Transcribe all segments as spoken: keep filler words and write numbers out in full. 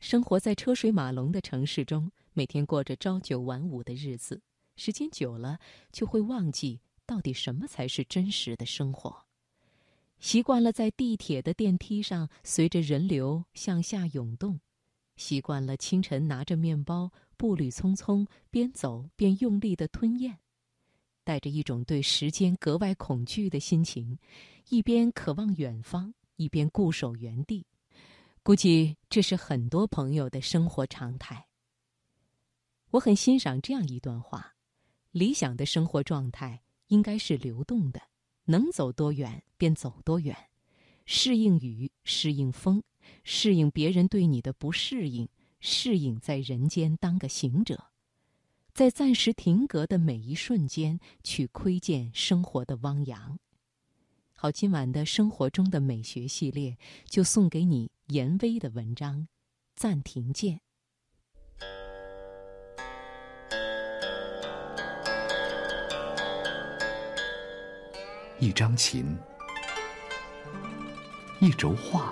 生活在车水马龙的城市中，每天过着朝九晚五的日子，时间久了就会忘记到底什么才是真实的生活。习惯了在地铁的电梯上随着人流向下涌动，习惯了清晨拿着面包步履匆匆，边走边用力地吞咽，带着一种对时间格外恐惧的心情，一边渴望远方，一边固守原地。估计这是很多朋友的生活常态。我很欣赏这样一段话：理想的生活状态应该是流动的，能走多远便走多远，适应雨，适应风，适应别人对你的不适应，适应在人间当个行者，在暂时停格的每一瞬间去窥见生活的汪洋。好，今晚的生活中的美学系列就送给你严威的文章《暂停键》。 一张琴，一轴画，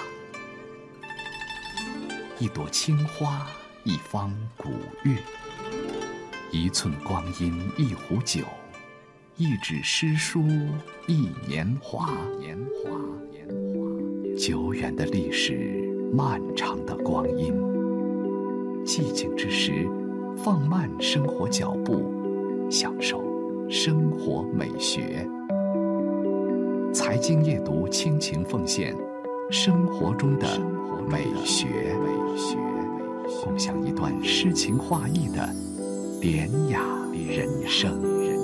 一朵青花，一方古月，一寸光阴，一壶酒，一纸诗书，一年华。年华，年华，久远的历史，漫长的光阴。寂静之时，放慢生活脚步，享受生活美学。财经夜读倾情奉献生活中的美学，共享一段诗情画意的典雅人生。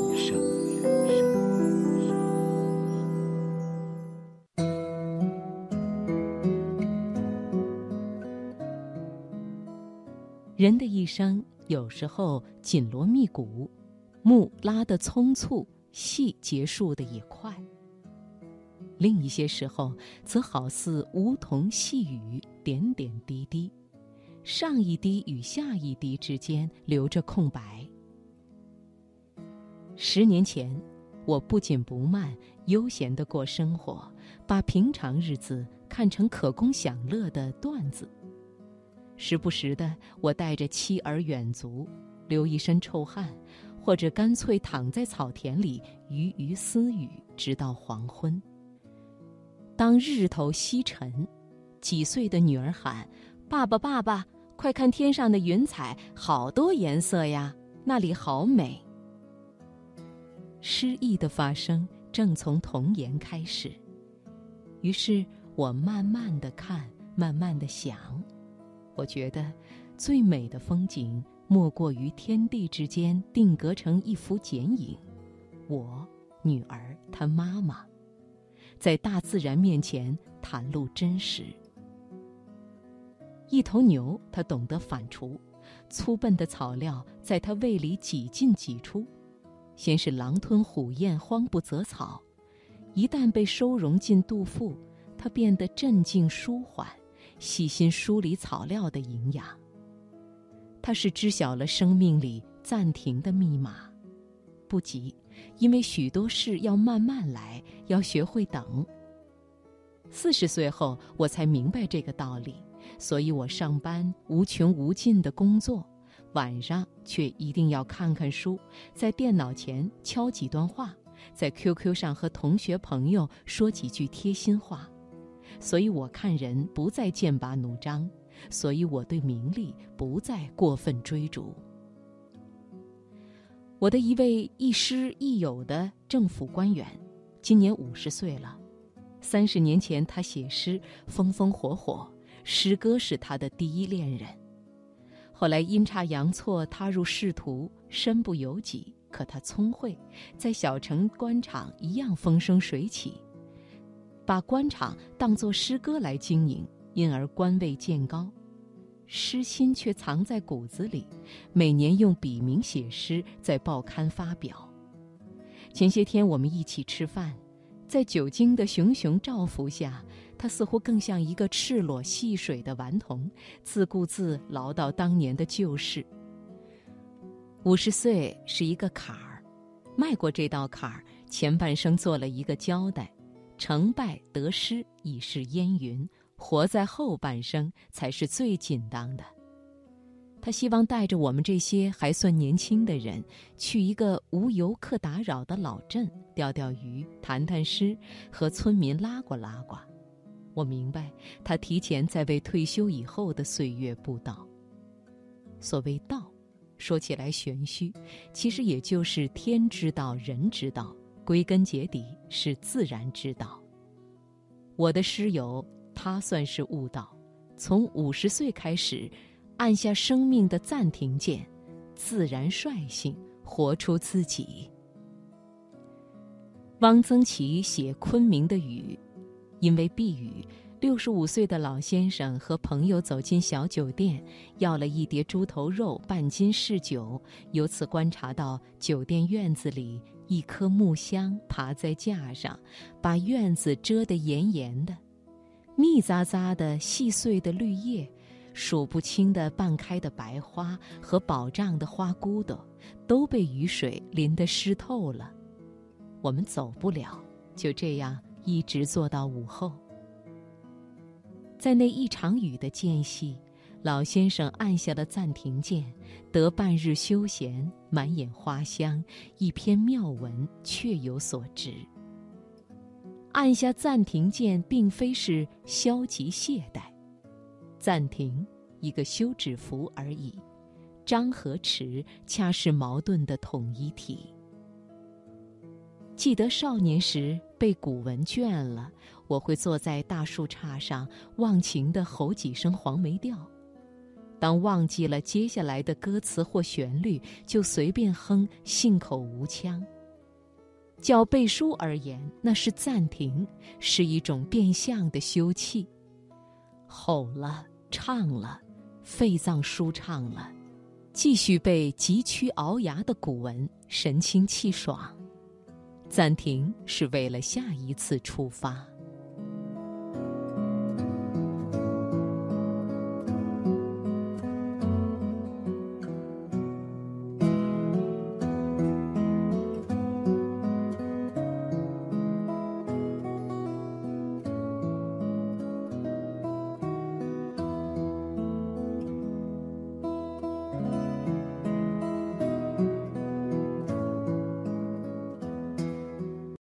人的一生有时候紧锣密鼓，幕拉得匆促，戏结束的也快。另一些时候则好似梧桐细雨，点点滴滴，上一滴与下一滴之间留着空白。十年前，我不紧不慢，悠闲地过生活，把平常日子看成可供享乐的段子。时不时的，我带着妻儿远足，流一身臭汗，或者干脆躺在草田里鱼鱼私语，直到黄昏。当日头西沉，几岁的女儿喊：“爸爸爸爸，快看天上的云彩，好多颜色呀，那里好美。”诗意的发生正从童言开始，于是我慢慢地看，慢慢地想。我觉得最美的风景莫过于天地之间定格成一幅剪影，我女儿她妈妈在大自然面前袒露真实。一头牛，它懂得反刍，粗笨的草料在它胃里挤进挤出，先是狼吞虎咽，荒不择草，一旦被收容进肚腹，它变得镇静舒缓，细心梳理草料的营养。它是知晓了生命里暂停的密码，不急，因为许多事要慢慢来，要学会等。四十岁后，我才明白这个道理，所以我上班无穷无尽的工作，晚上却一定要看看书，在电脑前敲几段话，在 Q Q 上和同学朋友说几句贴心话。所以我看人不再剑拔弩张，所以我对名利不再过分追逐。我的一位亦师亦友的政府官员，今年五十岁了。三十年前他写诗风风火火，诗歌是他的第一恋人。后来阴差阳错踏入仕途，身不由己，可他聪慧，在小城官场一样风生水起，把官场当作诗歌来经营，因而官位渐高。诗心却藏在骨子里，每年用笔名写诗，在报刊发表。前些天我们一起吃饭，在酒精的熊熊照拂下，他似乎更像一个赤裸戏水的顽童，自顾自唠叨当年的旧事。五十岁是一个坎儿，迈过这道坎儿，前半生做了一个交代，成败得失已是烟云，活在后半生才是最紧当的。 他希望带着我们这些还算年轻的人，去一个无游客打扰的老镇钓钓鱼、谈谈诗，和村民拉呱拉呱。我明白，他提前在为退休以后的岁月布道。所谓道，说起来玄虚，其实也就是天之道、人之道，归根结底是自然之道。我的师友，他算是悟道，从五十岁开始，按下生命的暂停键，自然率性活出自己。汪曾祺写昆明的雨，因为避雨，六十五岁的老先生和朋友走进小酒店，要了一碟猪头肉、半斤柿酒，由此观察到酒店院子里一棵木香爬在架上，把院子遮得严严的，密匝匝的细碎的绿叶，数不清的半开的白花和饱胀的花骨朵，都被雨水淋得湿透了。我们走不了，就这样一直坐到午后。在那一场雨的间隙，老先生按下了暂停键，得半日休闲，满眼花香，一篇妙文确有所值。按下暂停键并非是消极懈怠，暂停一个休止符而已，张和弛恰是矛盾的统一体。记得少年时被古文倦了，我会坐在大树杈上忘情地吼几声黄梅调，当忘记了接下来的歌词或旋律，就随便哼，信口无腔。较背书而言，那是暂停，是一种变相的休憩。吼了，唱了，肺脏舒畅了，继续背急曲鳌牙的古文，神清气爽。暂停是为了下一次出发。